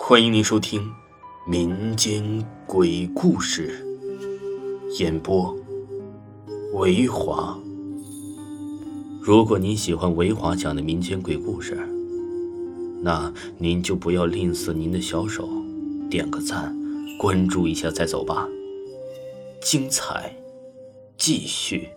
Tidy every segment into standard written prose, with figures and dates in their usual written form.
欢迎您收听民间鬼故事，演播维华。如果您喜欢维华讲的民间鬼故事，那您就不要吝啬您的小手，点个赞，关注一下再走吧。精彩继续。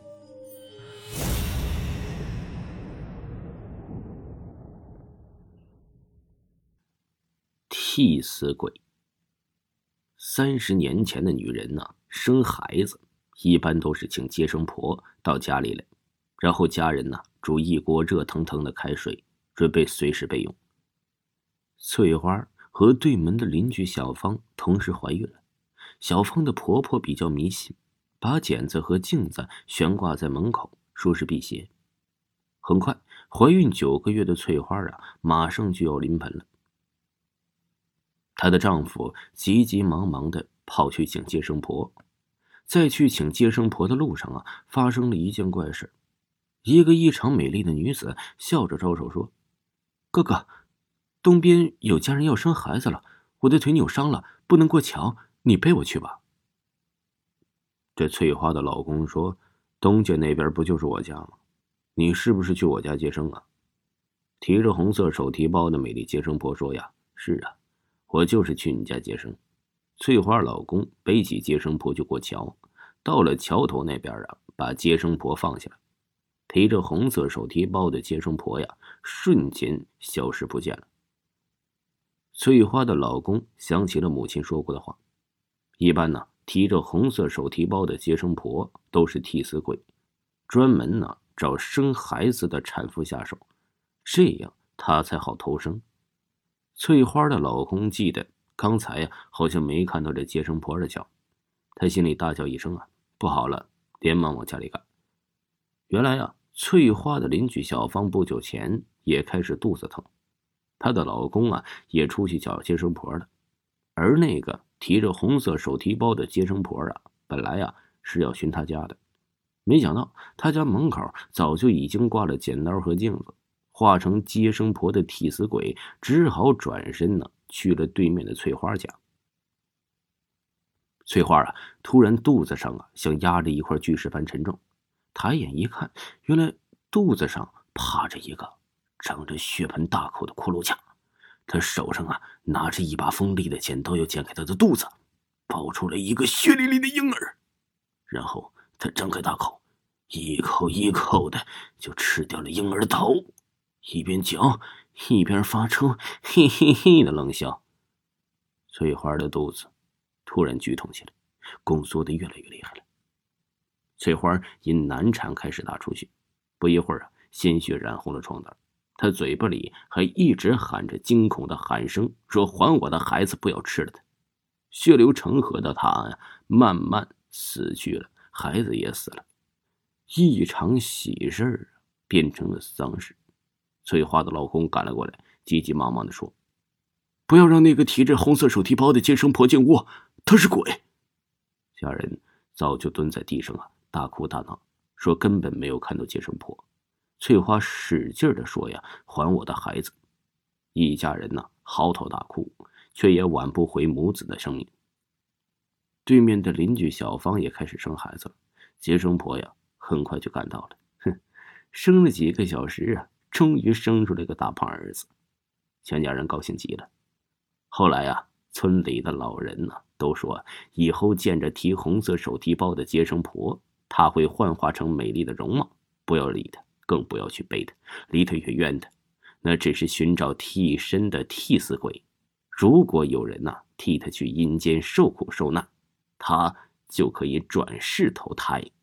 替死鬼。30年前的女人呢，生孩子一般都是请接生婆到家里来，然后家人呢煮一锅热腾腾的开水，准备随时备用。翠花和对门的邻居小芳同时怀孕了。小芳的婆婆比较迷信，把剪子和镜子悬挂在门口，说是辟邪。很快，怀孕9个月的翠花马上就要临盆了。她的丈夫急急忙忙地跑去请接生婆，在去请接生婆的路上发生了一件怪事。一个异常美丽的女子笑着招手说：“哥哥，东边有家人要生孩子了，我的腿扭伤了，不能过桥，你背我去吧。”这翠花的老公说：“东家那边不就是我家吗？你是不是去我家接生啊？”提着红色手提包的美丽接生婆说：“是啊，我就是去你家接生。”翠花老公背起接生婆就过桥，到了桥头那边把接生婆放下了。提着红色手提包的接生婆瞬间消失不见了。翠花的老公想起了母亲说过的话，一般提着红色手提包的接生婆都是替死鬼，专门找生孩子的产妇下手，这样她才好投生。翠花的老公记得刚才好像没看到这接生婆的脚，他心里大叫一声不好了，连忙往家里赶。原来翠花的邻居小芳不久前也开始肚子疼，她的老公也出去找接生婆了。而那个提着红色手提包的接生婆本来是要寻她家的，没想到她家门口早就已经挂了剪刀和镜子，化成接生婆的替死鬼只好转身去了对面的翠花家。翠花突然肚子上像压着一块巨石般沉重，抬眼一看，原来肚子上趴着一个长着血盆大口的骷髅架，他手上拿着一把锋利的剪刀要剪开他的肚子，爆出了一个血淋淋的婴儿。然后他张开大口，一口一口的就吃掉了婴儿的头，一边嚼一边发出嘿嘿嘿的冷笑。翠花的肚子突然剧痛起来，宫缩得越来越厉害了。翠花因难产开始大出血，不一会儿鲜血染红了床单，她嘴巴里还一直喊着惊恐的喊声，说还我的孩子，不要吃了他。血流成河的她慢慢死去了，孩子也死了。一场喜事变成了丧事。翠花的老公赶了过来，急急忙忙地说：“不要让那个提着红色手提包的接生婆进屋，她是鬼。”家人早就蹲在地上大哭大闹，说根本没有看到接生婆。翠花使劲地说还我的孩子。一家人嚎啕大哭，却也挽不回母子的生命。对面的邻居小芳也开始生孩子了，接生婆很快就赶到了。生了几个小时终于生出了个大胖儿子，全家人高兴极了。后来村里的老人都说，以后见着提红色手提包的接生婆，她会幻化成美丽的容貌，不要理她，更不要去背她，离她远远的，那只是寻找替身的替死鬼。如果有人替她去阴间受苦受难，她就可以转世投胎。